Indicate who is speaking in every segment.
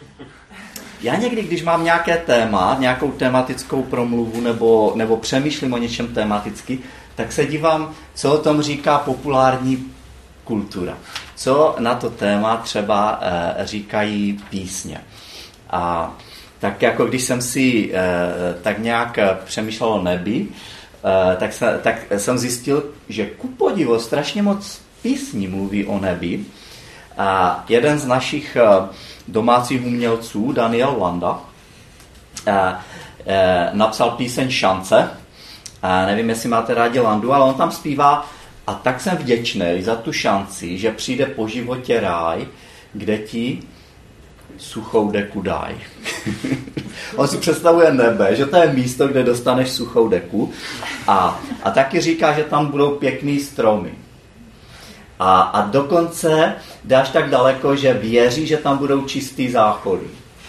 Speaker 1: Já někdy, když mám nějaké téma, nějakou tematickou promluvu nebo přemýšlím o něčem tematicky, tak se dívám, co o tom říká populární kultura. Co na to téma třeba říkají písně. A tak jako když jsem si tak nějak přemýšlel o nebi, tak jsem zjistil, že ku podivu strašně moc písní mluví o nebi. A jeden z našich domácích umělců, Daniel Landa, napsal píseň Šance. Nevím, jestli máte rádi Landu, ale on tam zpívá: a tak jsem vděčný za tu šanci, že přijde po životě ráj, kde ti suchou deku daj. On si představuje nebe, že to je místo, kde dostaneš suchou deku. A taky říká, že tam budou pěkný stromy. A dokonce dáš tak daleko, že věří, že tam budou čistý záchody.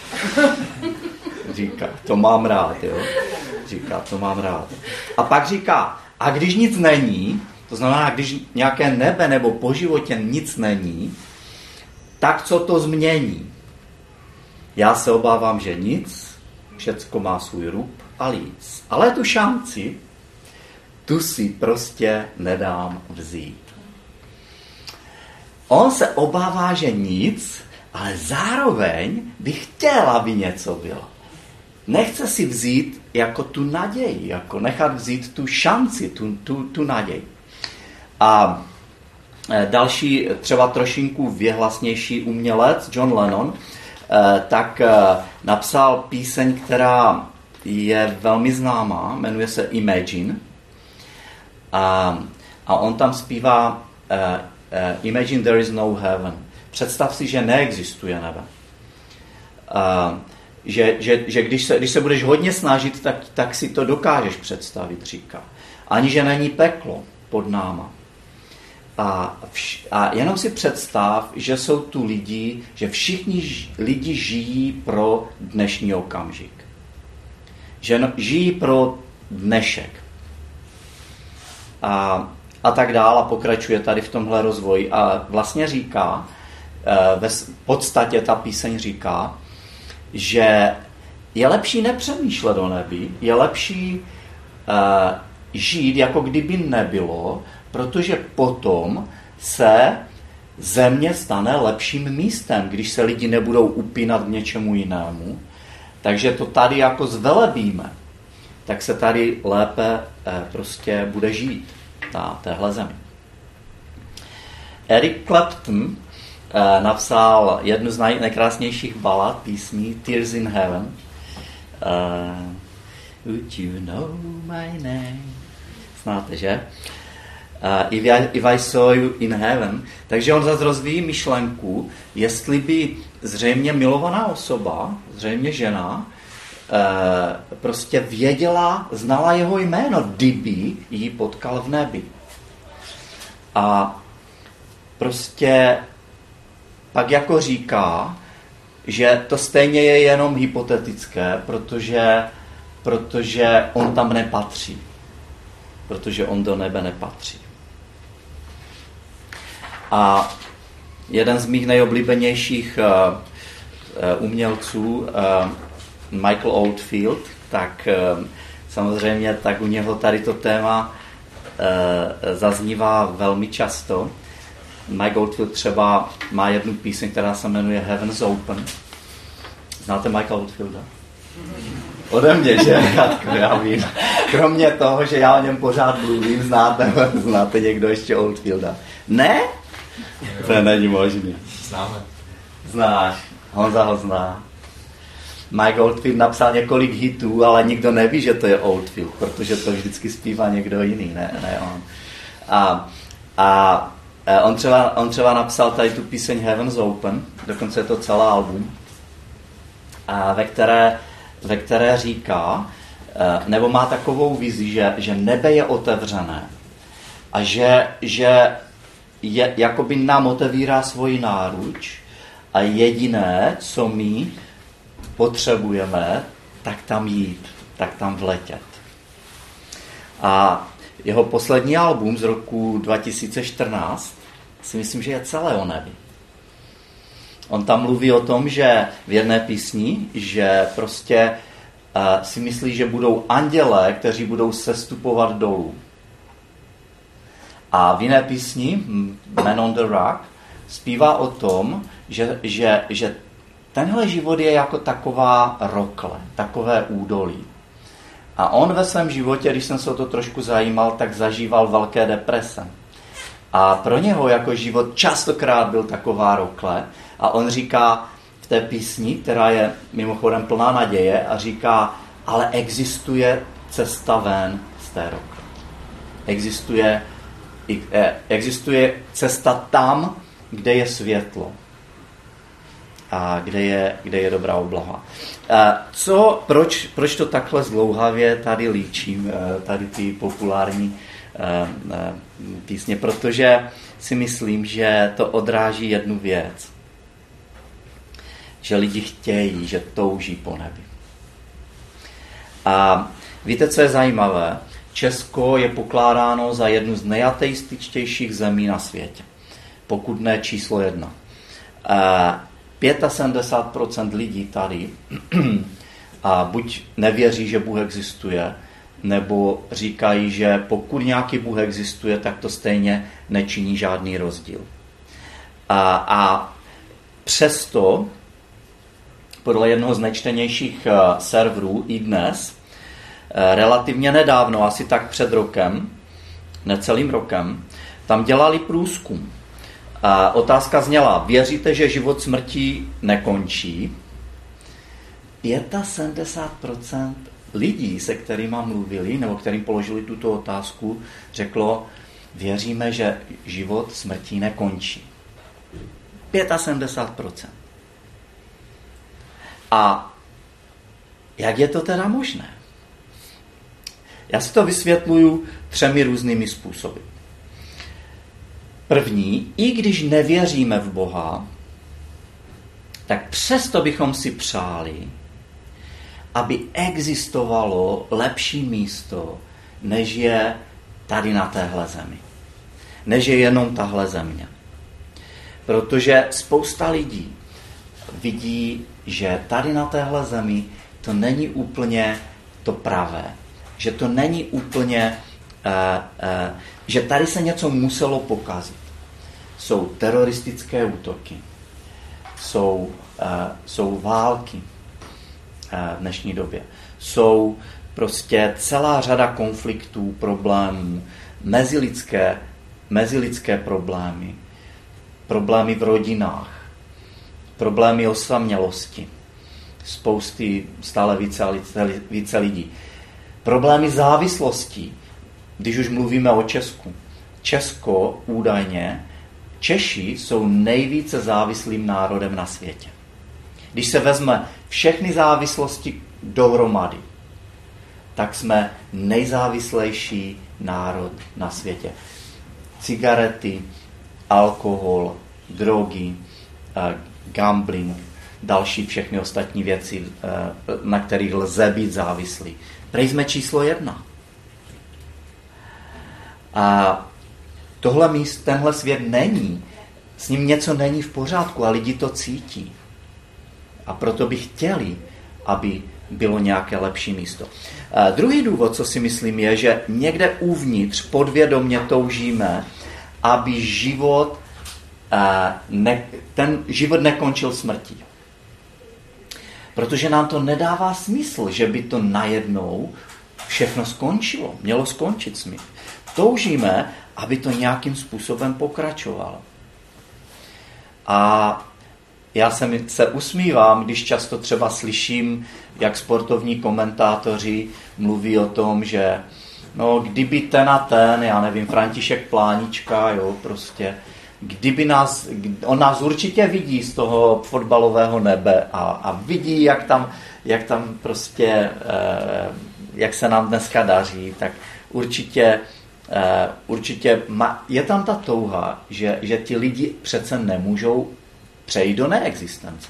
Speaker 1: Říká, to mám rád, jo. Říká, to mám rád. A pak říká, a když nic není, to znamená, když nějaké nebe nebo po životě nic není, tak co to změní? Já se obávám, že nic, všecko má svůj rub a líc. Ale tu šanci, tu si prostě nedám vzít. On se obává, že nic, ale zároveň by chtěl, aby něco bylo. Nechce si vzít jako tu naději, jako nechat vzít tu šanci, tu naději. A další, třeba trošinku věhlasnější umělec, John Lennon, tak napsal píseň, která je velmi známá, jmenuje se Imagine. A on tam zpívá Imagine there is no heaven. Představ si, že neexistuje nebe. Že když se budeš hodně snažit, tak si to dokážeš představit, říká. Ani že není peklo pod náma. A jenom si představ, že jsou tu lidi, že všichni lidi žijí pro dnešní okamžik. Že žijí pro dnešek. A tak dál, a pokračuje tady v tomhle rozvoji. A vlastně říká, ve podstatě ta píseň říká, že je lepší nepřemýšlet o nebi, je lepší žít, jako kdyby nebylo, protože potom se země stane lepším místem, když se lidi nebudou upínat k něčemu jinému. Takže to tady jako zvelebíme, tak se tady lépe prostě bude žít na téhle zemi. Eric Clapton napsal jednu z nejkrásnějších balad písní Tears in Heaven. Would you know my name? Znáte, že? If I saw you in heaven. Takže on zase rozvíjí myšlenku, jestli by zřejmě milovaná osoba, zřejmě žena, prostě věděla, znala jeho jméno, kdyby ji potkal v nebi. A prostě pak jako říká, že to stejně je jenom hypotetické, protože on tam nepatří. Protože on do nebe nepatří. A jeden z mých nejoblíbenějších umělců, Michael Oldfield, tak samozřejmě tak u něho tady to téma zaznívá velmi často. Mike Oldfield třeba má jednu píseň, která se jmenuje Heaven's Open. Znáte Michaela Oldfielda? Ode mě, že? Já vím. Kromě toho, že já o něm pořád mluvím, znáte někdo ještě Oldfielda? Ne? To není možný.
Speaker 2: Známe.
Speaker 1: Znáš. Honza ho zná. Mike Oldfield napsal několik hitů, ale nikdo neví, že to je Oldfield, protože to vždycky zpívá někdo jiný, ne on. A on třeba napsal tady tu píseň Heaven's Open, dokonce je to celý album, ve které říká, nebo má takovou vizi, že nebe je otevřené a že je, jakoby nám otevírá svoji náruč a jediné, co my potřebujeme, tak tam jít, tak tam vletět. A jeho poslední album z roku 2014 si myslím, že je celé o nebi. On tam mluví o tom, že v jedné písni, že prostě si myslí, že budou andělé, kteří budou sestupovat dolů. A v jiné písni, Man on the Rock, zpívá o tom, že tenhle život je jako taková rokle, takové údolí. A on ve svém životě, když jsem se o to trošku zajímal, tak zažíval velké deprese. A pro něho jako život častokrát byl taková rokle. A on říká v té písni, která je mimochodem plná naděje, a říká, ale existuje cesta ven z té rokle. Existuje cesta tam, kde je světlo a kde je dobrá obloha. Proč to takhle zdlouhavě tady líčím, tady ty populární písně? Protože si myslím, že to odráží jednu věc. Že lidi chtějí, že touží po nebi. A víte, co je zajímavé? Česko je pokládáno za jednu z nejateističtějších zemí na světě. Pokud ne číslo 1. 75% lidí tady a buď nevěří, že Bůh existuje, nebo říkají, že pokud nějaký Bůh existuje, tak to stejně nečiní žádný rozdíl. A přesto, podle jednoho z nejčtenějších serverů iDnes, relativně nedávno, asi tak před rokem, necelým rokem, tam dělali průzkum. A otázka zněla, věříte, že život smrtí nekončí? 75% lidí, se kterými mluvili, nebo kterým položili tuto otázku, řeklo, věříme, že život smrtí nekončí. 75%. A jak je to teda možné? Já si to vysvětluju 3 různými způsoby. První, i když nevěříme v Boha, tak přesto bychom si přáli, aby existovalo lepší místo, než je tady na téhle zemi. Než je jenom tahle země. Protože spousta lidí vidí, že tady na téhle zemi to není úplně to pravé. Že to není úplně, že tady se něco muselo pokazit. Jsou teroristické útoky, jsou války v dnešní době, jsou prostě celá řada konfliktů, problémů, mezilidské problémy, problémy v rodinách, problémy osamělosti, spousty stále více lidí. Problémy závislostí, když už mluvíme o Česku. Česko údajně, Češi jsou nejvíce závislým národem na světě. Když se vezme všechny závislosti dohromady, tak jsme nejzávislejší národ na světě. Cigarety, alkohol, drogy, gambling, další všechny ostatní věci, na kterých lze být závislí. Prej jsme číslo 1. A tenhle svět není, s ním něco není v pořádku a lidi to cítí. A proto by chtěli, aby bylo nějaké lepší místo. Druhý důvod, co si myslím, je, že někde uvnitř podvědomě toužíme, aby ten život nekončil smrtí. Protože nám to nedává smysl, že by to najednou všechno skončilo. Mělo skončit smrt. Toužíme, aby to nějakým způsobem pokračovalo. A já se usmívám, když často třeba slyším, jak sportovní komentátoři mluví o tom, že no, kdyby ten a ten, já nevím, František Plánička, jo, prostě, on nás určitě vidí z toho fotbalového nebe a vidí, jak tam prostě, jak se nám dneska daří, tak určitě je tam ta touha, že ti lidi přece nemůžou přejít do neexistence.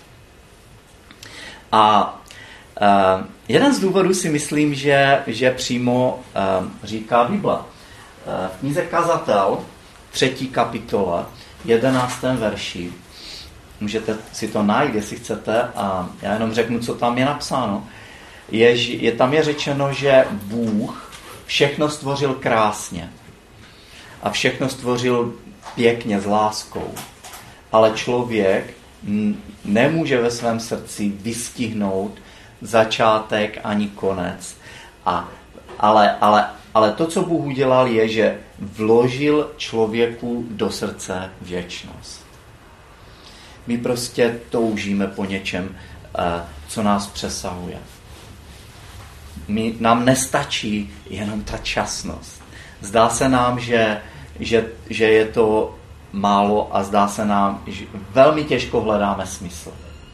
Speaker 1: A jeden z důvodů si myslím, že přímo říká Bible. V knize Kazatel, 3. kapitola, 11. verši, můžete si to najít, jestli chcete, a já jenom řeknu, co tam je napsáno. Tam je řečeno, že Bůh všechno stvořil krásně a všechno stvořil pěkně, s láskou. Ale člověk nemůže ve svém srdci vystihnout začátek ani konec. Ale to, co Bůh udělal, je, že vložil člověku do srdce věčnost. My prostě toužíme po něčem, co nás přesahuje. Nám nestačí jenom ta časnost. Zdá se nám, že je to málo a zdá se nám, že velmi těžko hledáme smysl.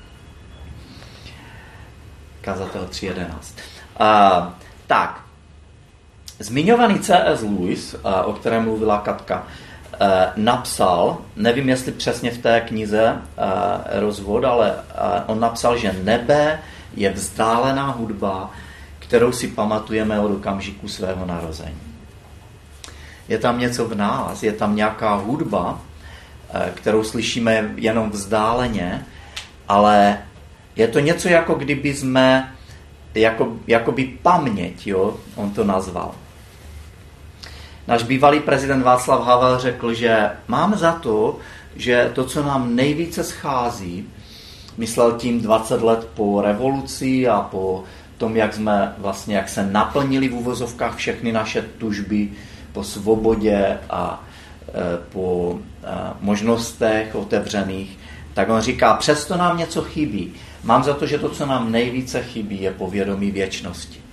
Speaker 1: Kazatel 3.11. Tak, zmiňovaný C.S. Lewis, o kterém mluvila Katka, napsal, nevím, jestli přesně v té knize Rozvod, ale on napsal, že nebe je vzdálená hudba, kterou si pamatujeme od okamžiku svého narození. Je tam něco v nás, je tam nějaká hudba, kterou slyšíme jenom vzdáleně, ale je to něco, jako kdyby jsme, jakoby paměť, jo, on to nazval. Náš bývalý prezident Václav Havel řekl, že mám za to, že to, co nám nejvíce schází, myslel tím 20 let po revoluci a po tom, jak se naplnili v uvozovkách všechny naše tužby po svobodě a po možnostech otevřených, tak on říká, přesto nám něco chybí. Mám za to, že to, co nám nejvíce chybí, je povědomí věčnosti.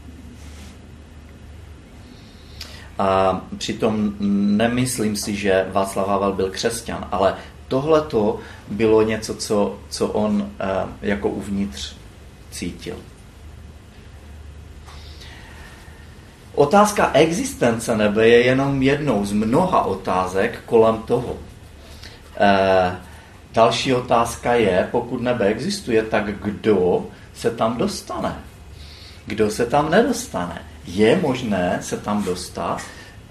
Speaker 1: A přitom nemyslím si, že Václav Havel byl křesťan, ale tohleto bylo něco, co on jako uvnitř cítil. Otázka existence nebe je jenom jednou z mnoha otázek kolem toho. Další otázka je, pokud nebe existuje, tak kdo se tam dostane? Kdo se tam nedostane? Je možné se tam dostat?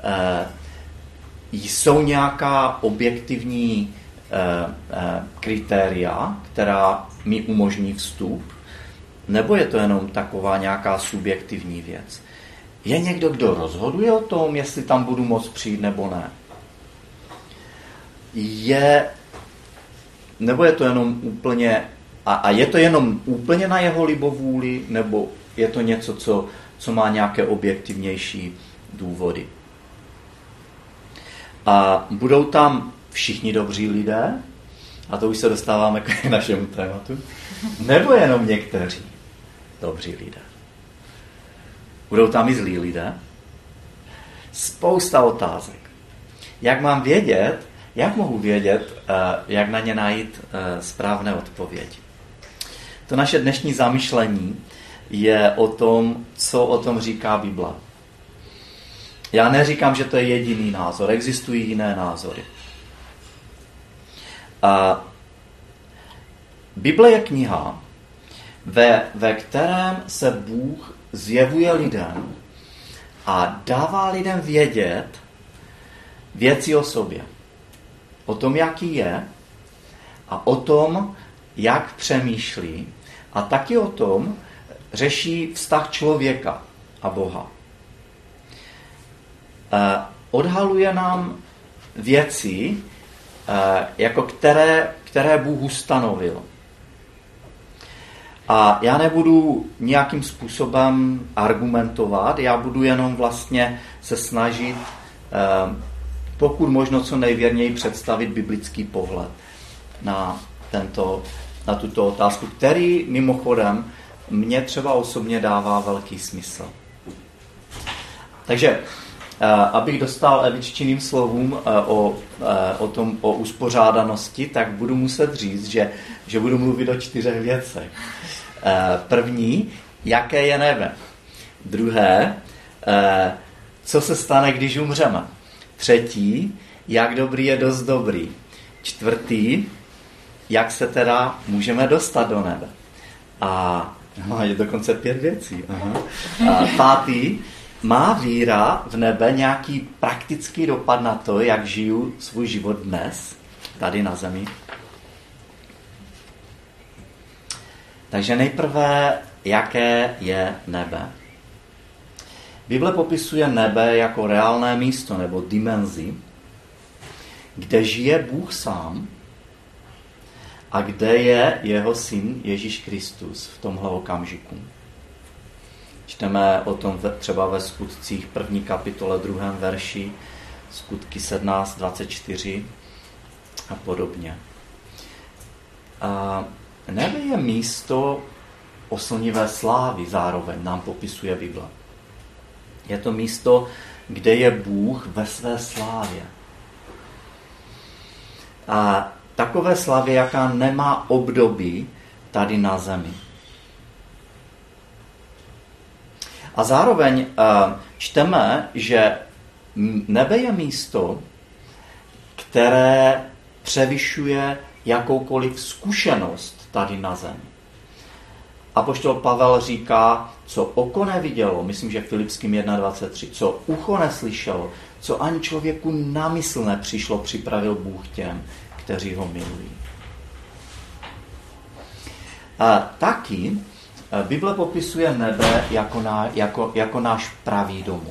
Speaker 1: Jsou nějaká objektivní kritéria, která mi umožní vstup? Nebo je to jenom taková nějaká subjektivní věc? Je někdo, kdo rozhoduje o tom, jestli tam budu moct přijít nebo ne? Nebo je to jenom úplně... A je to jenom úplně na jeho libovůli, nebo je to něco, co má nějaké objektivnější důvody? A budou tam všichni dobří lidé, a to už se dostáváme k našemu tématu, nebo jenom někteří dobří lidé? Budou tam i zlí lidé? Spousta otázek. Jak mám vědět, jak mohu vědět, jak na ně najít správné odpovědi? To naše dnešní zamyšlení je o tom, co o tom říká Bible. Já neříkám, že to je jediný názor, existují jiné názory. Bible je kniha, ve kterém se Bůh zjevuje lidem a dává lidem vědět věci o sobě. O tom, jaký je a o tom, jak přemýšlí a taky o tom řeší vztah člověka a Boha. Odhaluje nám věci, jako které Bůh ustanovil. A já nebudu nějakým způsobem argumentovat, já budu jenom vlastně se snažit pokud možno co nejvěrněji představit biblický pohled na tuto otázku, který mimochodem mě třeba osobně dává velký smysl. Takže, abych dostal Eviččiným slovům o uspořádanosti, tak budu muset říct, že budu mluvit o 4 věcech. První, jaké je nebe. Druhé, co se stane, když umřeme. Třetí, jak dobrý je dost dobrý. Čtvrtý, jak se teda můžeme dostat do nebe. A je dokonce 5 věcí. Pátý, má víra v nebe nějaký praktický dopad na to, jak žiju svůj život dnes, tady na zemi? Takže nejprve, jaké je nebe. Bible popisuje nebe jako reálné místo nebo dimenzi, kde žije Bůh sám a kde je jeho syn Ježíš Kristus v tomhle okamžiku. Čteme o tom třeba ve Skutcích 1. kapitole 2. verši, Skutky 17:24 a podobně. A nebe je místo oslnivé slávy, zároveň nám popisuje Bible. Je to místo, kde je Bůh ve své slávě. A takové slávě, jaká nemá období tady na zemi. A zároveň čteme, že nebe je místo, které převyšuje jakoukoliv zkušenost tady na zemi. Apoštol Pavel říká, co oko nevidělo, myslím, že Filipským 1:23, co ucho neslyšelo, co ani člověku na mysl nepřišlo, připravil Bůh těm, kteří ho milují. A taky Bible popisuje nebe jako náš pravý domov.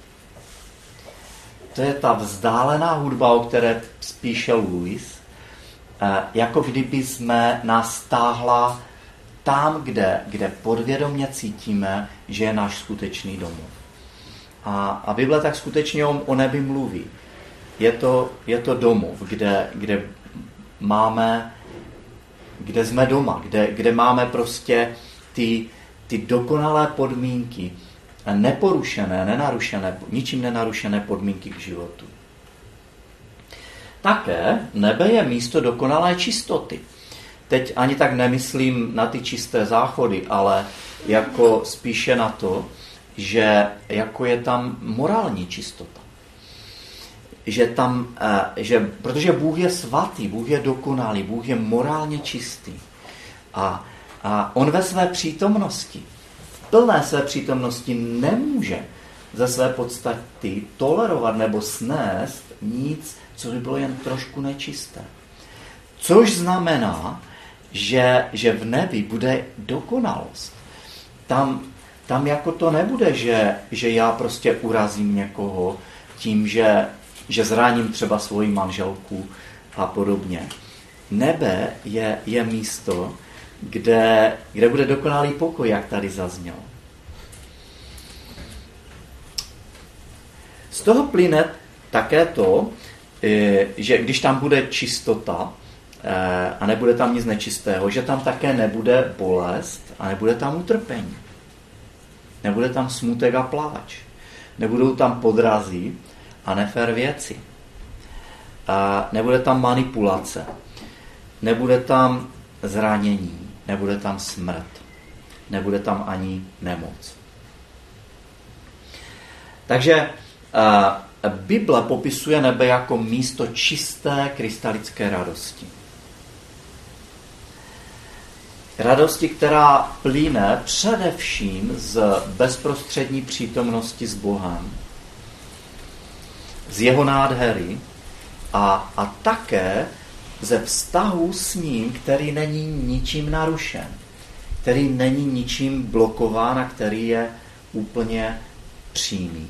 Speaker 1: To je ta vzdálená hudba, o které spíše Lewis, jako kdyby jsme nás táhla tam, kde podvědomě cítíme, že je náš skutečný domov. A Bible tak skutečně o nebi mluví. Je to domov, kde jsme doma, kde máme prostě ty dokonalé podmínky, neporušené, nenarušené, ničím nenarušené podmínky k životu. Také nebe je místo dokonalé čistoty. Teď ani tak nemyslím na ty čisté záchody, ale jako spíše na to, že jako je tam morální čistota. Protože Bůh je svatý, Bůh je dokonalý, Bůh je morálně čistý. A on ve své přítomnosti, v plné své přítomnosti nemůže ze své podstaty tolerovat nebo snést nic, co by bylo jen trošku nečisté. Což znamená, že v nebi bude dokonalost. Tam jako to nebude, že já prostě urazím někoho tím, že zraním třeba svoji manželku a podobně. Nebe je místo, kde bude dokonalý pokoj, jak tady zaznělo. Z toho plyne také to, že když tam bude čistota a nebude tam nic nečistého, že tam také nebude bolest a nebude tam utrpení. Nebude tam smutek a pláč. Nebudou tam podrazy a nefér věci. A nebude tam manipulace. Nebude tam zranění. Nebude tam smrt. Nebude tam ani nemoc. Takže Bible popisuje nebe jako místo čisté krystalické radosti. Radosti, která plyne především z bezprostřední přítomnosti s Bohem, z jeho nádhery a také ze vztahu s ním, který není ničím narušen, který není ničím blokován a který je úplně přímý.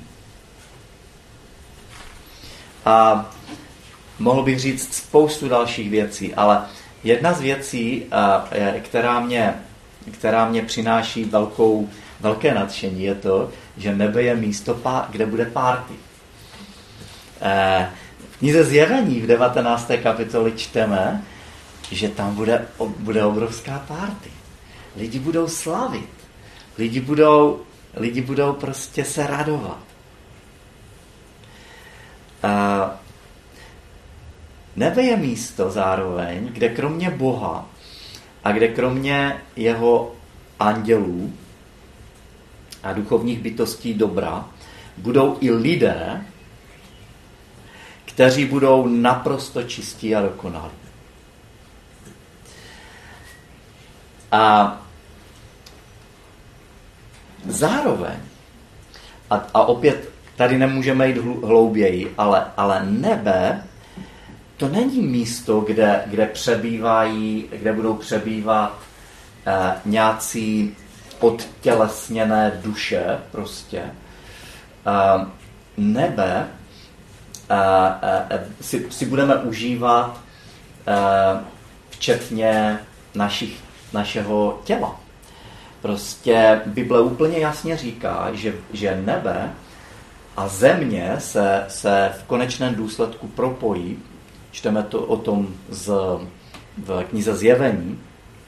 Speaker 1: A mohl bych říct spoustu dalších věcí, ale jedna z věcí, která mě přináší velké nadšení, je to, že nebe je místo, kde bude party. V knize Zjevení v 19. kapitoli čteme, že tam bude obrovská party. Lidi budou slavit. Lidi budou prostě se radovat. Nebe je místo zároveň, kde kromě Boha a kde kromě jeho andělů a duchovních bytostí dobra budou i lidé, kteří budou naprosto čistí a dokonalí. A zároveň, a opět tady nemůžeme jít hlouběji, ale nebe to není místo, kde budou přebývat nějací odtělesněné duše prostě. Nebe si budeme užívat včetně našeho těla. Prostě Bible úplně jasně říká, že nebe a země se v konečném důsledku propojí. Čteme to o tom v knize Zjevení.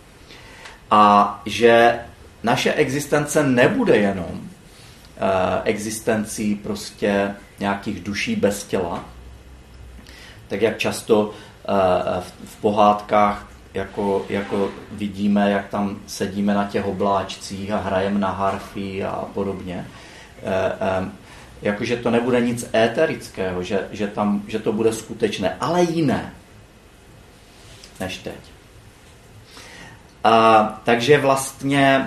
Speaker 1: A že naše existence nebude jenom existencí prostě nějakých duší bez těla, tak jak často v pohádkách jako vidíme, jak tam sedíme na těch obláčcích a hrajeme na harfy a podobně. Jakože to nebude nic éterického, že to bude skutečné, ale jiné než teď. Takže vlastně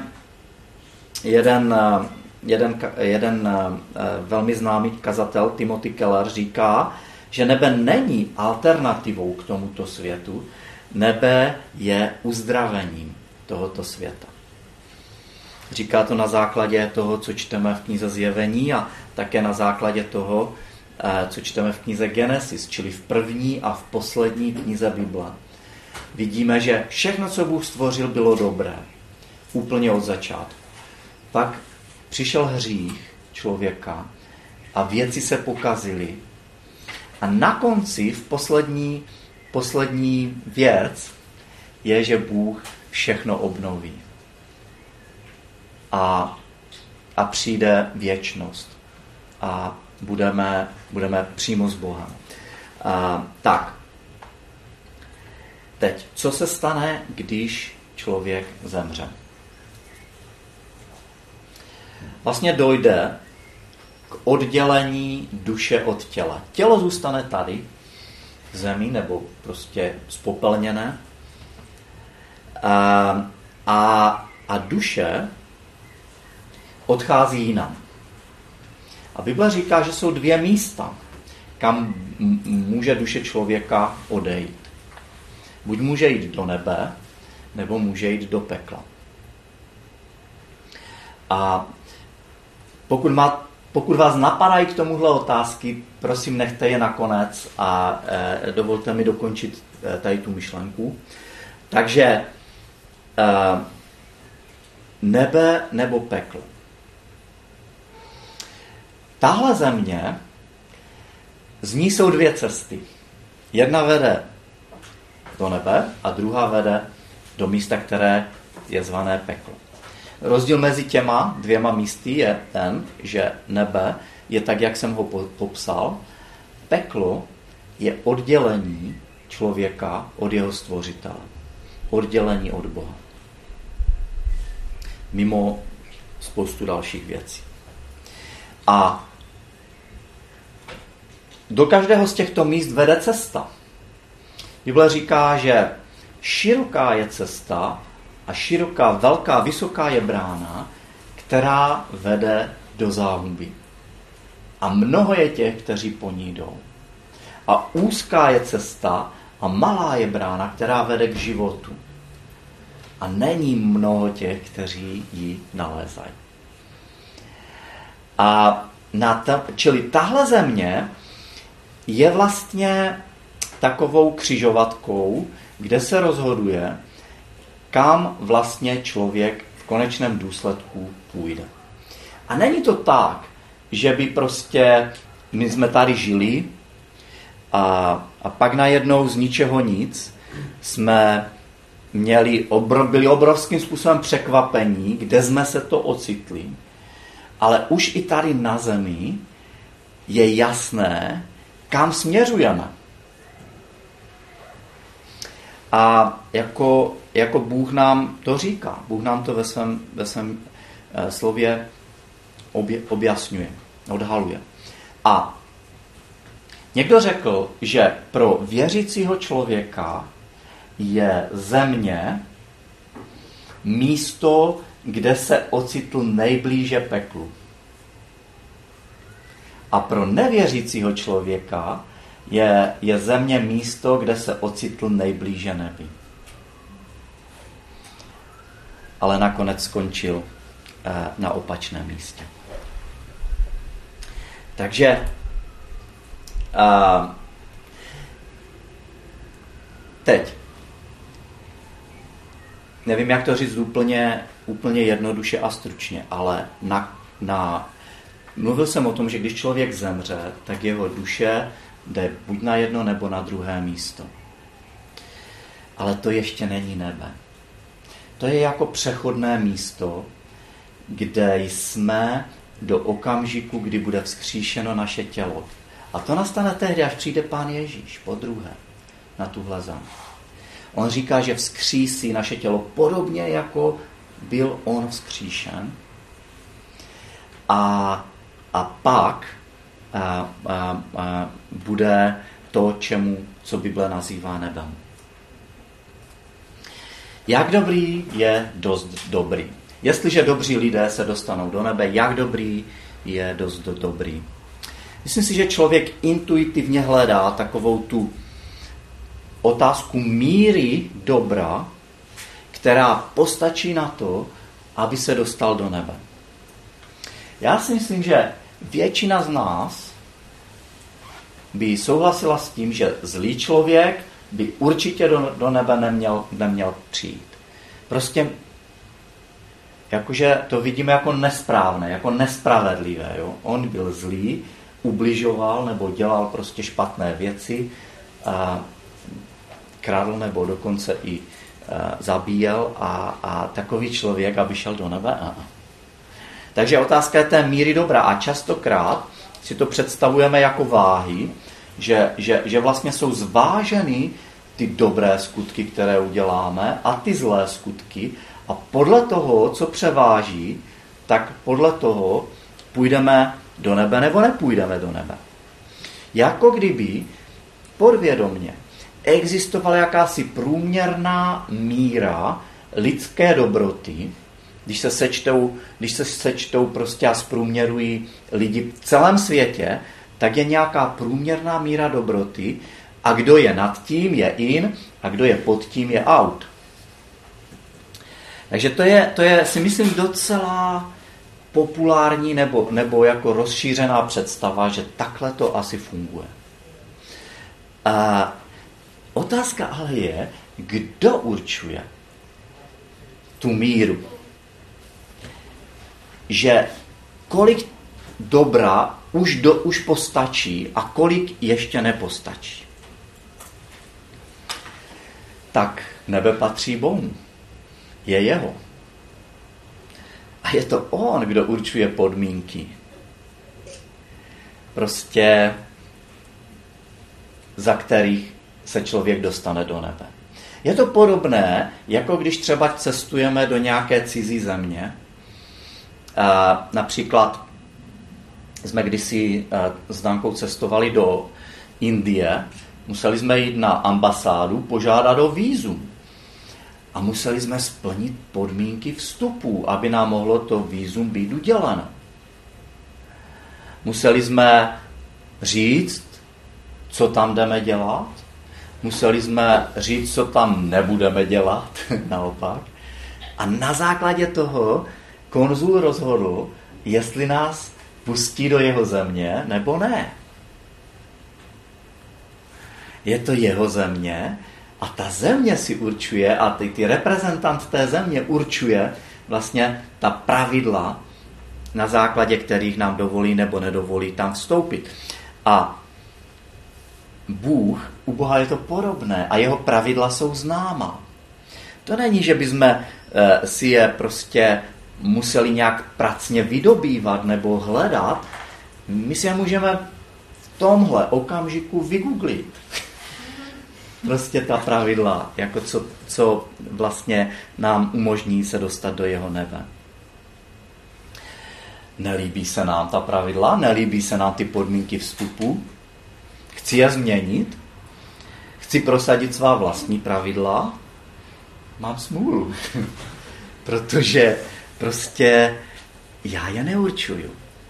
Speaker 1: jeden velmi známý kazatel, Timothy Keller, říká, že nebe není alternativou k tomuto světu, nebe je uzdravením tohoto světa. Říká to na základě toho, co čteme v knize Zjevení a také na základě toho, co čteme v knize Genesis, čili v první a v poslední knize Bible. Vidíme, že všechno, co Bůh stvořil, bylo dobré. Úplně od začátku. Pak přišel hřích člověka a věci se pokazily. A na konci, v poslední věc, je, že Bůh všechno obnoví. A přijde věčnost. A budeme přímo s Bohem. Tak. Teď, co se stane, když člověk zemře? Vlastně dojde k oddělení duše od těla. Tělo zůstane tady, v zemi, nebo prostě spopelněné. A duše odchází jinam. A Bible říká, že jsou dvě místa, kam může duše člověka odejít. Buď může jít do nebe, nebo může jít do pekla. A pokud vás napadají k tomuhle otázky, prosím, nechte je nakonec a dovolte mi dokončit tady tu myšlenku. Takže nebe nebo peklo. Tahle země, z ní jsou dvě cesty. Jedna vede do nebe a druhá vede do místa, které je zvané peklo. Rozdíl mezi těma dvěma místy je ten, že nebe je tak, jak jsem ho popsal. Peklo je oddělení člověka od jeho stvořitele. Oddělení od Boha. Mimo spoustu dalších věcí. A do každého z těchto míst vede cesta. Bible říká, že široká je cesta a široká, velká, vysoká je brána, která vede do záhuby. A mnoho je těch, kteří po ní jdou. A úzká je cesta a malá je brána, která vede k životu. A není mnoho těch, kteří ji nalézají. Čili tahle země je vlastně takovou křižovatkou, kde se rozhoduje, kam vlastně člověk v konečném důsledku půjde. A není to tak, že by prostě my jsme tady žili a pak najednou z ničeho nic jsme byli obrovským způsobem překvapení, kde jsme se to ocitli. Ale už i tady na zemi je jasné, kam směřujeme. A jako Bůh nám to říká. Bůh nám to ve svém slově objasňuje, odhaluje. A někdo řekl, že pro věřícího člověka je země místo, kde se ocitl nejblíže peklu. A pro nevěřícího člověka je země místo, kde se ocitl nejblíže nebi. ale nakonec skončil na opačném místě. Takže teď nevím, jak to říct úplně jednoduše a stručně, ale mluvil jsem o tom, že když člověk zemře, tak jeho duše jde buď na jedno nebo na druhé místo. Ale to ještě není nebe. To je jako přechodné místo, kde jsme do okamžiku, kdy bude vzkříšeno naše tělo. A to nastane tehdy, až přijde Pán Ježíš podruhé na tuhle zem. On říká, že vzkřísí naše tělo podobně, jako byl on vzkříšen. A pak bude to, co Bible nazývá nebem. Jak dobrý je dost dobrý? Jestliže dobří lidé se dostanou do nebe, jak dobrý je dost dobrý? Myslím si, že člověk intuitivně hledá takovou tu otázku míry dobra, která postačí na to, aby se dostal do nebe. Já si myslím, že většina z nás by souhlasila s tím, že zlý člověk by určitě do nebe neměl přijít. Prostě jakože to vidíme jako nesprávné, jako nespravedlivé. Jo? On byl zlý, ubližoval nebo dělal prostě špatné věci, kradl nebo dokonce i zabíjel a takový člověk, aby šel do nebe. Takže otázka je té míry dobra a častokrát si to představujeme jako váhy, že vlastně jsou zváženy ty dobré skutky, které uděláme a ty zlé skutky a podle toho, co převáží, tak podle toho půjdeme do nebe nebo nepůjdeme do nebe. Jako kdyby podvědomě existovala jakási průměrná míra lidské dobroty, když se sečtou prostě a zprůměrují lidi v celém světě, tak je nějaká průměrná míra dobroty a kdo je nad tím, je in a kdo je pod tím, je out. Takže to je si myslím docela populární nebo jako rozšířená představa, že takhle to asi funguje. Otázka ale je, kdo určuje tu míru. Že kolik dobra už postačí a kolik ještě nepostačí. Tak nebe patří Bohu. Je jeho. A je to on, kdo určuje podmínky. Prostě za kterých se člověk dostane do nebe. Je to podobné, jako když třeba cestujeme do nějaké cizí země. Například jsme kdysi s Dankou cestovali do Indie, museli jsme jít na ambasádu, požádat o vízum. A museli jsme splnit podmínky vstupu, aby nám mohlo to vízum být uděleno. Museli jsme říct, co tam jdeme dělat. Museli jsme říct, co tam nebudeme dělat, naopak. A na základě toho konzul rozhodl, jestli nás pustí do jeho země, nebo ne. Je to jeho země a ta země si určuje a ty reprezentant té země určuje vlastně ta pravidla, na základě kterých nám dovolí nebo nedovolí tam vstoupit. A u Boha je to podobné a jeho pravidla jsou známá. To není, že bychom si je prostě museli nějak pracně vydobývat nebo hledat. My si je můžeme v tomhle okamžiku vygooglit. Prostě ta pravidla, jako co vlastně nám umožní se dostat do jeho nebe. Nelíbí se nám ta pravidla, nelíbí se nám ty podmínky vstupu. Chci je změnit, chci prosadit svá vlastní pravidla, mám smůlu, protože prostě já je neurčuju.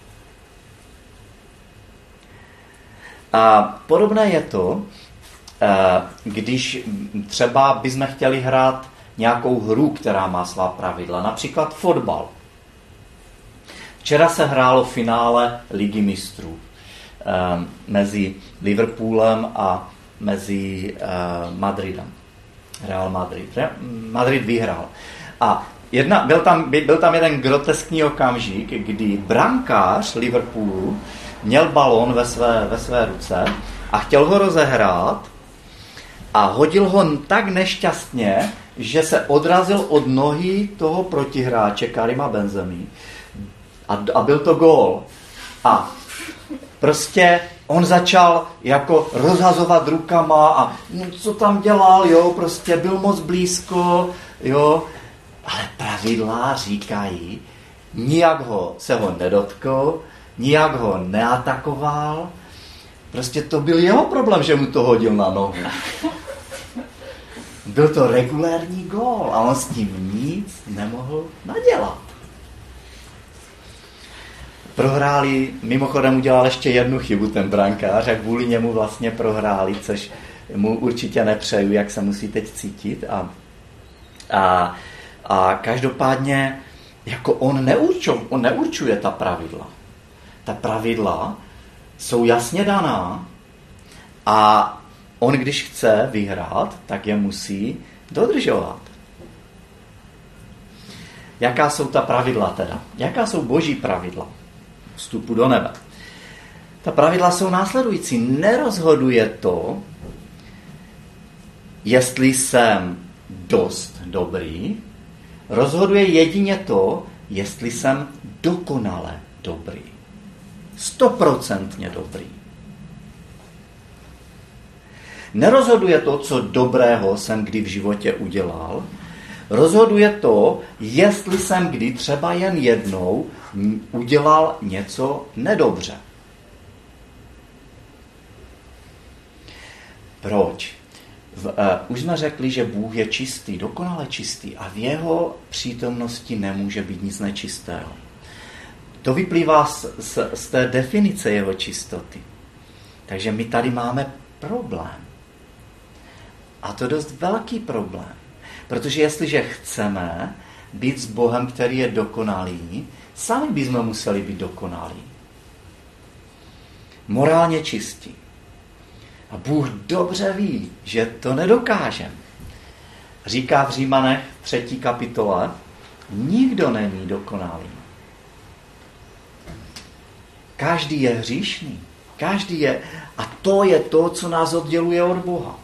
Speaker 1: A podobné je to, když třeba bychom chtěli hrát nějakou hru, která má svá pravidla. Například fotbal. Včera se hrálo finále Ligy mistrů mezi Liverpoolem a mezi Madridem. Real Madrid. Madrid vyhrál. A byl tam jeden groteskní okamžik, kdy brankář Liverpoolu měl balón ve své ruce a chtěl ho rozehrát a hodil ho tak nešťastně, že se odrazil od nohy toho protihráče Karima Benzemy a byl to gól. A prostě on začal jako rozhazovat rukama a co tam dělal, jo, prostě byl moc blízko, jo, ale pravidla říkají, nijak se ho nedotkl, nijak ho neatakoval, prostě to byl jeho problém, že mu to hodil na nohu. Byl to regulérní gól a on s tím nic nemohl nadělat. Prohráli, mimochodem udělal ještě jednu chybu ten brankář a kvůli němu vlastně prohráli, což mu určitě nepřeju, jak se musí teď cítit. A každopádně jako on neurčuje ta pravidla. Ta pravidla jsou jasně daná a on, když chce vyhrát, tak je musí dodržovat. Jaká jsou ta pravidla teda? Jaká jsou boží pravidla vstupu do nebe? Ta pravidla jsou následující. Nerozhoduje to, jestli jsem dost dobrý, rozhoduje jedině to, jestli jsem dokonale dobrý. 100% dobrý. Nerozhoduje to, co dobrého jsem kdy v životě udělal, rozhoduje to, jestli jsem kdy třeba jen jednou udělal něco nedobře. Proč? Už jsme řekli, že Bůh je čistý, dokonale čistý a v jeho přítomnosti nemůže být nic nečistého. To vyplývá z té definice jeho čistoty. Takže my tady máme problém. A to dost velký problém. Protože jestliže chceme být s Bohem, který je dokonalý, sami bychom museli být dokonalí. Morálně čistí. A Bůh dobře ví, že to nedokážeme. Říká v Římanech 3. kapitole, nikdo není dokonalý. Každý je hříšný. Každý je. A to je to, co nás odděluje od Boha.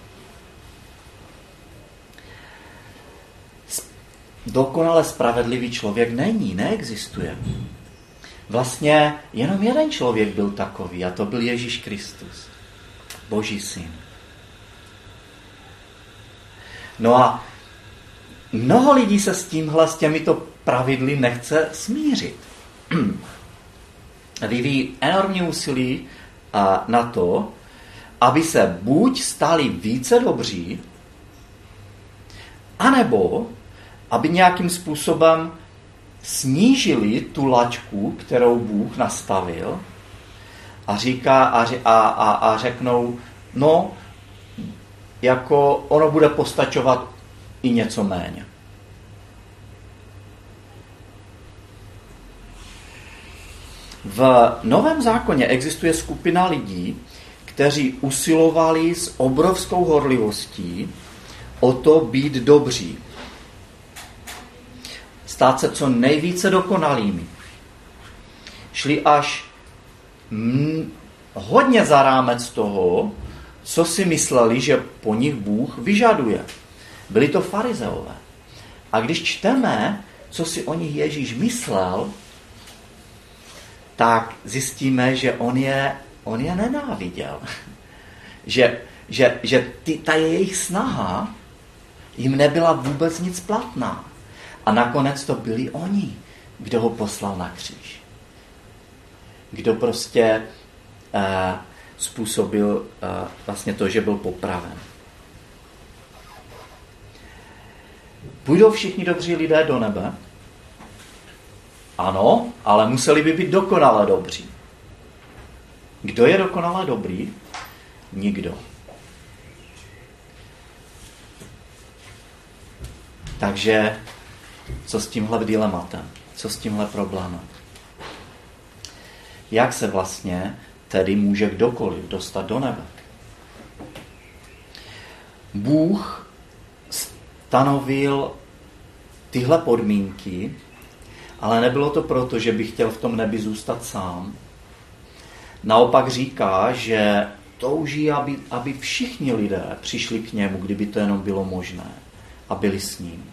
Speaker 1: Dokonale spravedlivý člověk neexistuje. Vlastně jenom jeden člověk byl takový a to byl Ježíš Kristus, Boží syn. No a mnoho lidí se s těmito pravidly nechce smířit. Vyvíjí enormní úsilí na to, aby se buď stali více dobří, anebo aby nějakým způsobem snížili tu laťku, kterou Bůh nastavil a řeknou, no, jako ono bude postačovat i něco méně. V Novém zákoně existuje skupina lidí, kteří usilovali s obrovskou horlivostí o to být dobří. Stát se co nejvíce dokonalými. Šli až hodně za rámec toho, co si mysleli, že po nich Bůh vyžaduje. Byli to farizeové. A když čteme, co si o nich Ježíš myslel, tak zjistíme, že on je nenáviděl. že ta jejich snaha jim nebyla vůbec nic platná. A nakonec to byli oni, kdo ho poslal na kříž. Kdo prostě způsobil vlastně to, že byl popraven. Půjdou všichni dobří lidé do nebe? Ano, ale museli by být dokonale dobří. Kdo je dokonale dobrý? Nikdo. Takže co s tímhle dilematem? Co s tímhle problémem? Jak se vlastně tedy může kdokoliv dostat do nebe? Bůh stanovil tyhle podmínky, ale nebylo to proto, že by chtěl v tom nebi zůstat sám. Naopak říká, že touží, aby všichni lidé přišli k němu, kdyby to jenom bylo možné, a byli s ním.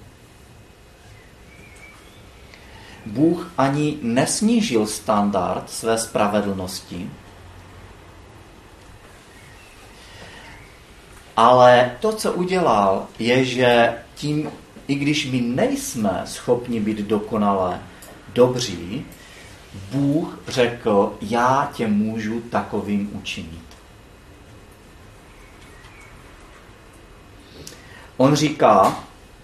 Speaker 1: Bůh ani nesnížil standard své spravedlnosti, ale to, co udělal, je, že tím, i když my nejsme schopni být dokonale dobří, Bůh řekl, já tě můžu takovým učinit. On říká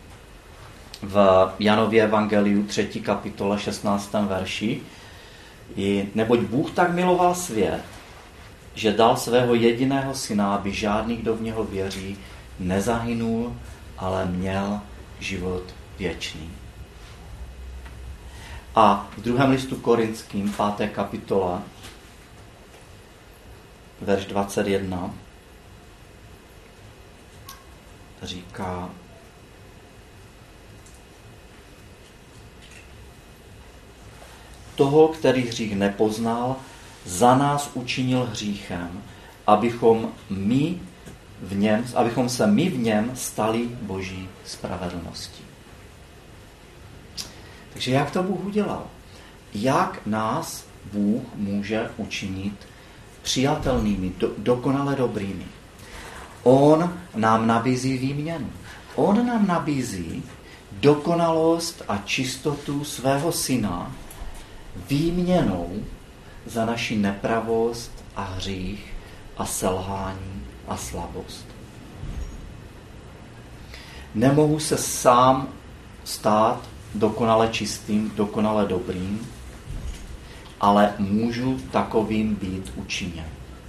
Speaker 1: v Janově evangeliu 3. kapitole 16. verši, neboť Bůh tak miloval svět, že dal svého jediného syna, aby žádný, kdo v něho věří, nezahynul, ale měl život věčný. A v 2. listu Korinským, 5. kapitola, verš 21, říká: toho, který hřích nepoznal, za nás učinil hříchem, abychom se my v něm stali Boží spravedlností. Takže jak to Bůh udělal? Jak nás Bůh může učinit přijatelnými, dokonale dobrými? On nám nabízí výměnu. On nám nabízí dokonalost a čistotu svého syna výměnou za naši nepravost a hřích a selhání a slabost. Nemohu se sám stát dokonale čistým, dokonale dobrým, ale můžu takovým být učiněn.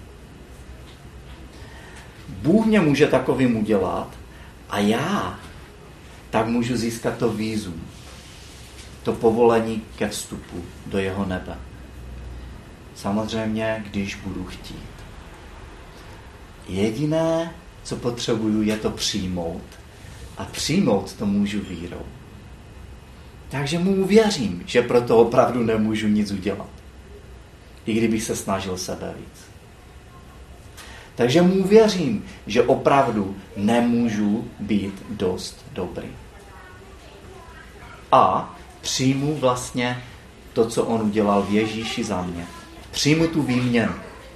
Speaker 1: Bůh mě může takovým udělat a já tak můžu získat to vízum, to povolení ke vstupu do jeho nebe. Samozřejmě, když budu chtít. Jediné, co potřebuju, je to přijmout. A přijmout to můžu vírou. Takže mu věřím, že proto opravdu nemůžu nic udělat. I kdybych se snažil sebe víc. Takže mu věřím, že opravdu nemůžu být dost dobrý. A přijmu vlastně to, co on udělal v Ježíši za mě. Přijmu tu výměnu.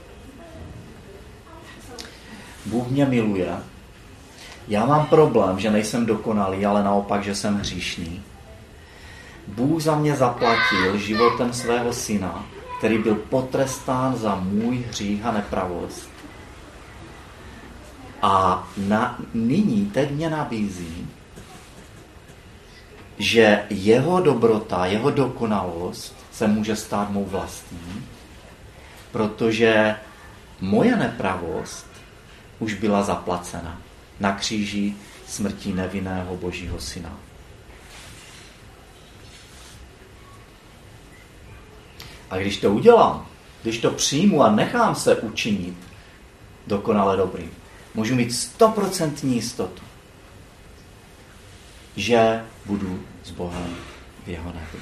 Speaker 1: Bůh mě miluje. Já mám problém, že nejsem dokonalý, ale naopak, že jsem hříšný. Bůh za mě zaplatil životem svého syna, který byl potrestán za můj hřích a nepravost. A nyní teď mě nabízí, že jeho dobrota, jeho dokonalost se může stát mou vlastní, protože moje nepravost už byla zaplacena na kříži smrtí nevinného Božího syna. A když to udělám, když to přijmu a nechám se učinit dokonale dobrým, můžu mít 100% jistotu, že budu s Bohem v jeho nebi.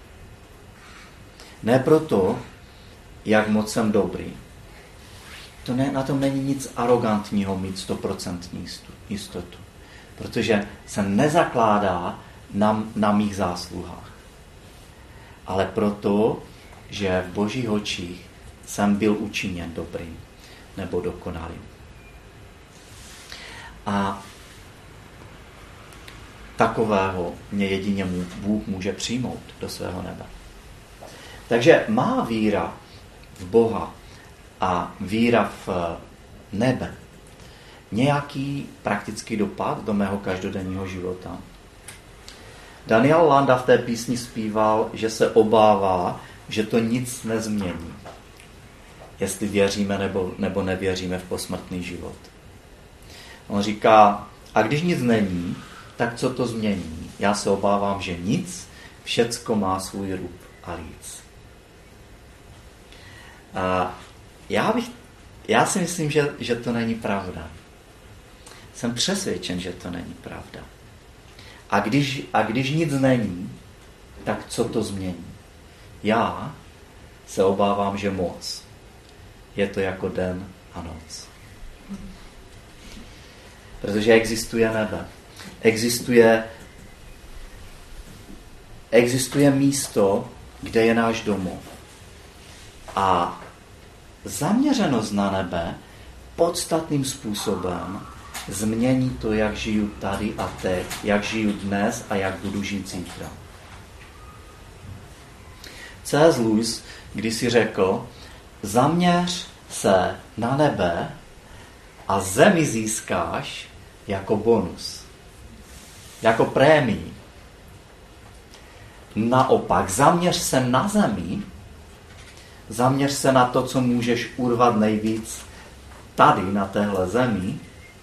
Speaker 1: Ne proto, jak moc jsem dobrý. Na tom není nic arrogantního mít 100% jistotu. Protože se nezakládá na mých zásluhách. Ale proto, že v Božích očích jsem byl učiněn dobrým nebo dokonalým. A takového mě jedině Bůh může přijmout do svého nebe. Takže má víra v Boha a víra v nebe nějaký praktický dopad do mého každodenního života. Daniel Landa v té písni zpíval, že se obává, že to nic nezmění, jestli věříme nebo nevěříme v posmrtný život. On říká, a když nic není, tak co to změní? Já se obávám, že nic, všecko má svůj rub a líc. A já si myslím, že to není pravda. Jsem přesvědčen, že to není pravda. A když nic není, tak co to změní? Já se obávám, že moc. Je to jako den a noc. Protože existuje nebe. Existuje místo, kde je náš domov. A zaměřenost na nebe podstatným způsobem změní to, jak žiju tady a teď, jak žiju dnes a jak budu žít zítra. C.S. Lewis kdysi řekl, zaměř se na nebe a zemi získáš jako bonus, jako prémii. Naopak, zaměř se na zemi, zaměř se na to, co můžeš urvat nejvíc tady, na téhle zemi,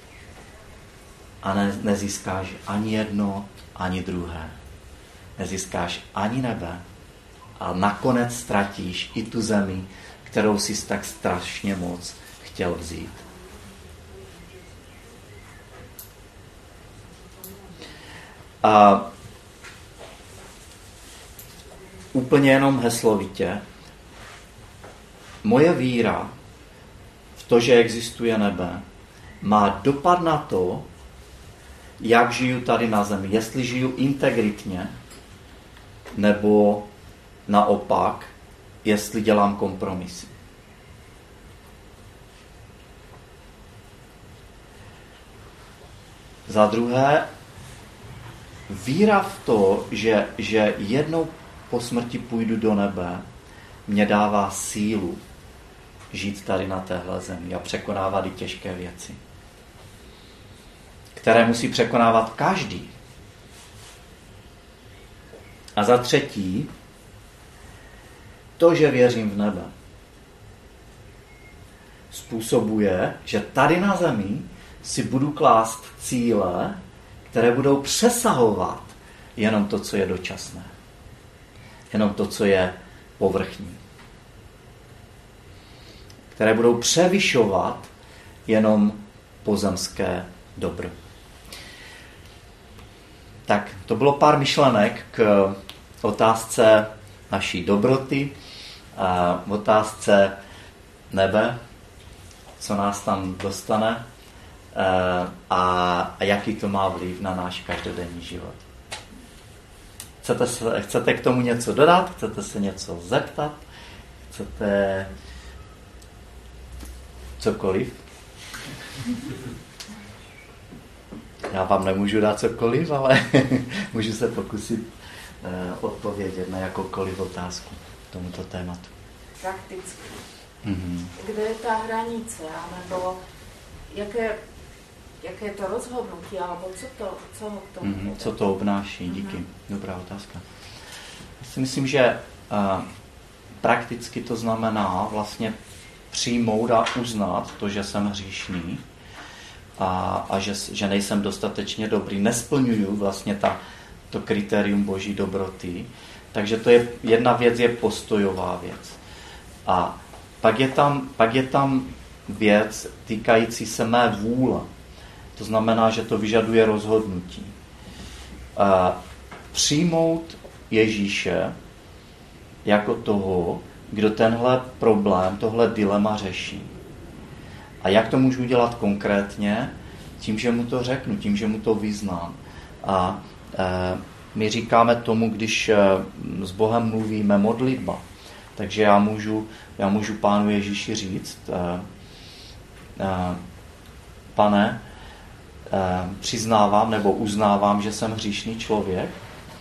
Speaker 1: a nezískáš ani jedno, ani druhé. Nezískáš ani nebe a nakonec ztratíš i tu zemi, kterou jsi tak strašně moc chtěl vzít. A úplně jenom heslovitě, moje víra v to, že existuje nebe, má dopad na to, jak žiju tady na zemi. Jestli žiju integritně, nebo naopak, jestli dělám kompromisy. Za druhé, víra v to, že jednou po smrti půjdu do nebe, mě dává sílu žít tady na téhle zemi a překonávat i těžké věci, které musí překonávat každý. A za třetí, to, že věřím v nebe, způsobuje, že tady na zemi si budu klást cíle, které budou přesahovat jenom to, co je dočasné. Jenom to, co je povrchní. Které budou převyšovat jenom pozemské dobro. Tak, to bylo pár myšlenek k otázce naší dobroty, a otázce nebe, co nás tam dostane a jaký to má vliv na náš každodenní život. Chcete k tomu něco dodat? Chcete se něco zeptat? Chcete cokoliv? Já vám nemůžu dát cokoliv, ale můžu se pokusit odpovědět na jakoukoliv otázku k tomuto tématu.
Speaker 2: Prakticky.
Speaker 1: Mm-hmm.
Speaker 2: Kde je ta hranice? Nebo jaké je to rozhodnutí? Alebo co ho k tomu
Speaker 1: Mm-hmm. Co to obnáší? Díky. Mm-hmm. Dobrá otázka. Já si myslím, že prakticky to znamená vlastně přijmout a uznat to, že jsem hříšný a že nejsem dostatečně dobrý. Nesplňuju vlastně to kritérium boží dobroty. Takže to je jedna věc, je postojová věc. A pak je tam věc týkající se mé vůle. To znamená, že to vyžaduje rozhodnutí. Přijmout Ježíše jako toho, kdo tenhle problém, tohle dilema řeší. A jak to můžu dělat konkrétně? Tím, že mu to řeknu, tím, že mu to vyznám. A my říkáme tomu, když s Bohem mluvíme, modlitba. Takže já můžu Pánu Ježíši říct, Pane, přiznávám nebo uznávám, že jsem hříšný člověk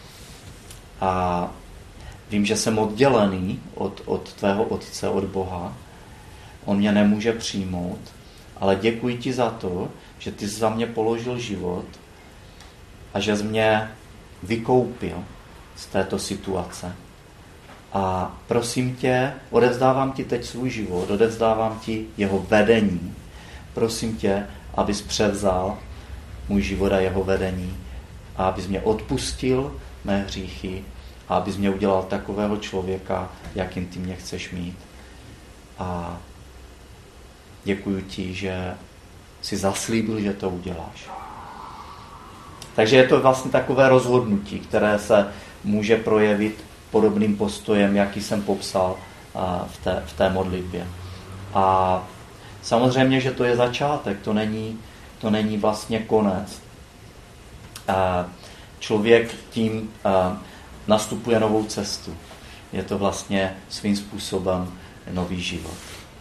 Speaker 1: a vím, že jsem oddělený od tvého Otce, od Boha. On mě nemůže přijmout, ale děkuji ti za to, že ty jsi za mě položil život a že jsi mě vykoupil z této situace. A prosím tě, odevzdávám ti teď svůj život, odevzdávám ti jeho vedení. Prosím tě, abys převzal můj život a jeho vedení a abys mě odpustil mé hříchy a abys mě udělal takového člověka, jakým ty mě chceš mít. A děkuji ti, že jsi zaslíbil, že to uděláš. Takže je to vlastně takové rozhodnutí, které se může projevit podobným postojem, jaký jsem popsal v té modlitbě. A samozřejmě, že to je začátek, to není vlastně konec. Člověk tím nastupuje novou cestu. Je to vlastně svým způsobem nový život.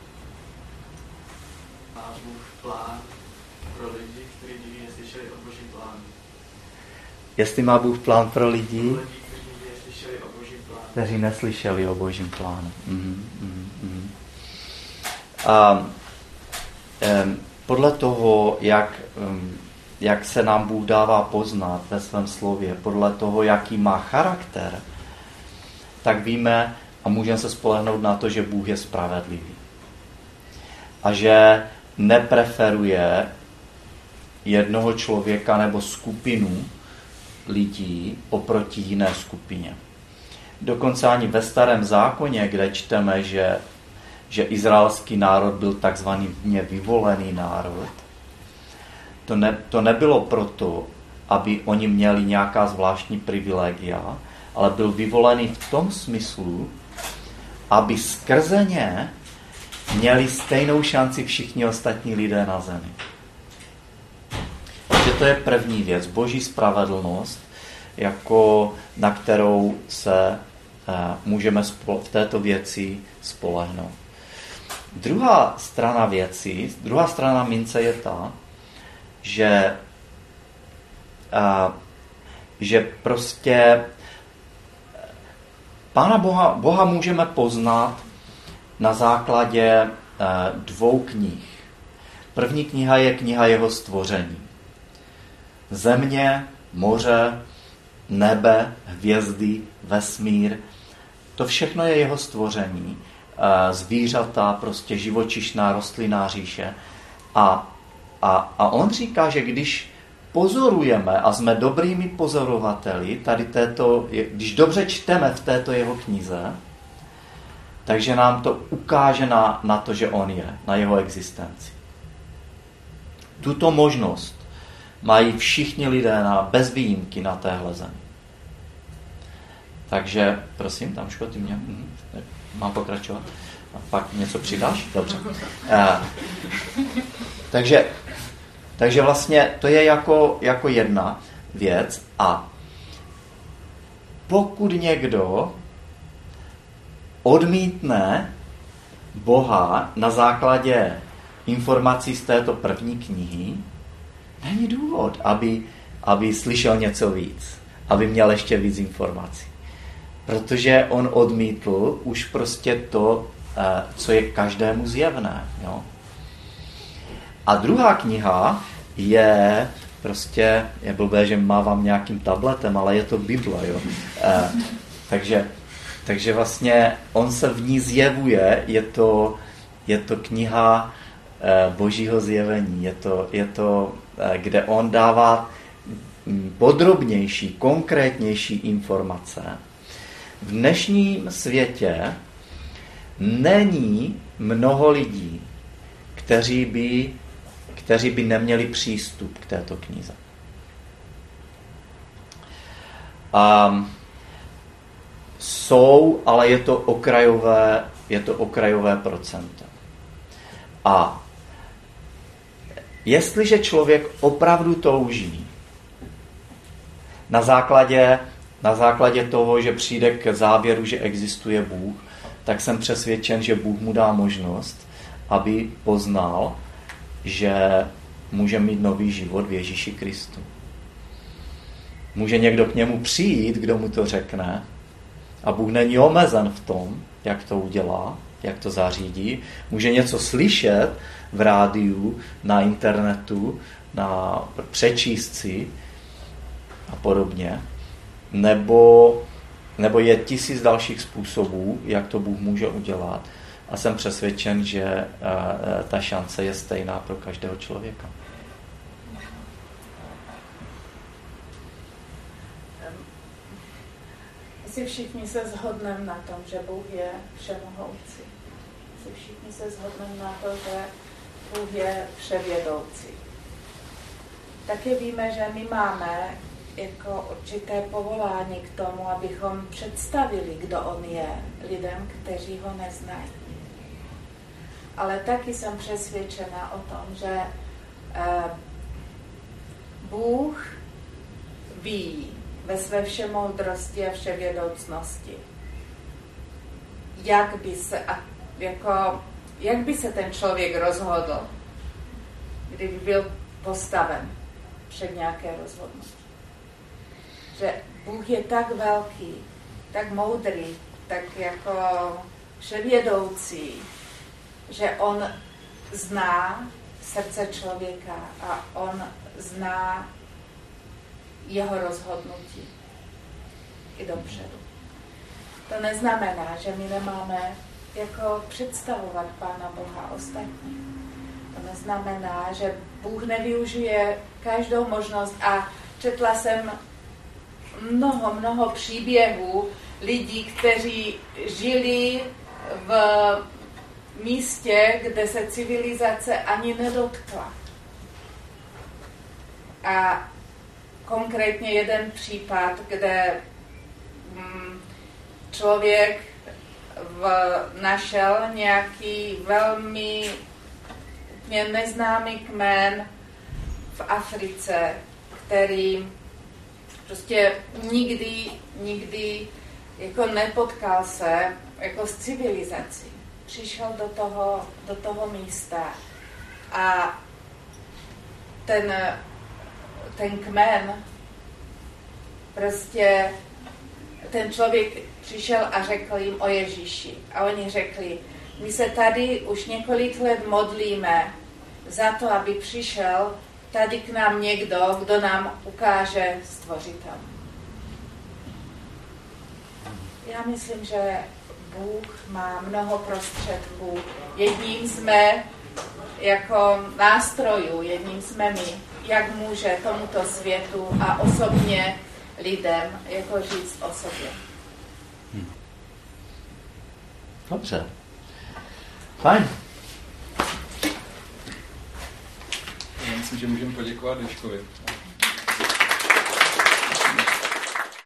Speaker 3: Má Bůh plán pro lidi, kteří nikdy neslyšeli o Božím plánu?
Speaker 1: Jestli má Bůh plán pro lidi,
Speaker 3: kteří nikdy neslyšeli o Božím plánu.
Speaker 1: Kteří neslyšeli o Božím plánu. Podle toho, jak se nám Bůh dává poznat ve svém slově, podle toho, jaký má charakter, tak víme a můžeme se spolehnout na to, že Bůh je spravedlivý. A že nepreferuje jednoho člověka nebo skupinu lidí oproti jiné skupině. Dokonce ani ve Starém zákoně, kde čteme, že izraelský národ byl takzvaný vyvolený národ, to nebylo proto, aby oni měli nějaká zvláštní privilegia, ale byl vyvolený v tom smyslu, aby skrze ně měli stejnou šanci všichni ostatní lidé na zemi. Takže to je první věc, Boží spravedlnost, jako na kterou se můžeme v této věci spolehnout. Druhá strana mince je ta, že prostě Pána Boha můžeme poznat na základě dvou knih. První kniha je kniha jeho stvoření. Země, moře, nebe, hvězdy, vesmír, to všechno je jeho stvoření. Zvířata, prostě živočišná, rostlinná říše. A on říká, že když pozorujeme a jsme dobrými pozorovateli, když dobře čteme v této jeho knize, takže nám to ukáže na to, že on je, na jeho existenci. Tuto možnost mají všichni lidé bez výjimky na téhle zemi. Takže, prosím, Tamško, ty mě... Mám pokračovat? A pak něco přidáš? Dobře. Takže vlastně to je jako jedna věc. A pokud někdo odmítne Boha na základě informací z této první knihy, není důvod, aby slyšel něco víc, aby měl ještě víc informací. Protože on odmítl už prostě to, co je každému zjevné. Jo? A druhá kniha je prostě, je blbé, že mávám nějakým tabletem, ale je to Bible. Jo? Takže vlastně on se v ní zjevuje, je to kniha Božího zjevení, je to kde on dává podrobnější, konkrétnější informace. V dnešním světě není mnoho lidí, kteří by neměli přístup k této knize. Jsou, ale je to okrajové procento. A jestliže člověk opravdu touží na základě toho, že přijde k závěru, že existuje Bůh, tak jsem přesvědčen, že Bůh mu dá možnost, aby poznal, že může mít nový život v Ježíši Kristu. Může někdo k němu přijít, kdo mu to řekne, a Bůh není omezen v tom, jak to udělá, jak to zařídí. Může něco slyšet v rádiu, na internetu, přečíst si a podobně. Nebo je 1000 dalších způsobů, jak to Bůh může udělat. A jsem přesvědčen, že ta šance je stejná pro každého člověka.
Speaker 2: Asi všichni se shodneme na tom, že Bůh je všemohoucí. Asi všichni se shodneme na to, že Bůh je vševědoucí. Taky víme, že my máme jako určité povolání k tomu, abychom představili, kdo on je, lidem, kteří ho neznají. Ale taky jsem přesvědčena o tom, že Bůh ví ve své všemoudrosti a vševědoucnosti, jak by se ten člověk rozhodl, kdyby byl postaven před nějaké rozhodnutí. Že Bůh je tak velký, tak moudrý, tak jako vševědoucí, že on zná srdce člověka a on zná jeho rozhodnutí i dopředu. To neznamená, že my nemáme jako představovat Pána Boha ostatní. To neznamená, že Bůh nevyužije každou možnost a četla jsem mnoho příběhů lidí, kteří žili v místě, kde se civilizace ani nedotkla. A konkrétně jeden případ, kde člověk našel nějaký velmi neznámý kmen v Africe, který prostě nikdy jako nepotkal se jako s civilizací. Přišel do toho místa a ten kmen prostě ten člověk přišel a řekl jim o Ježíši. A oni řekli, my se tady už několik let modlíme za to, aby přišel tady k nám někdo, kdo nám ukáže Stvořitele. Já myslím, že Bůh má mnoho prostředků. Jedním jsme jako nástrojů, jedním jsme my, jak může tomuto světu a osobně lidem jako říct o sobě.
Speaker 1: Dobře. Fajn.
Speaker 4: Já myslím, že můžeme poděkovat Deškovi.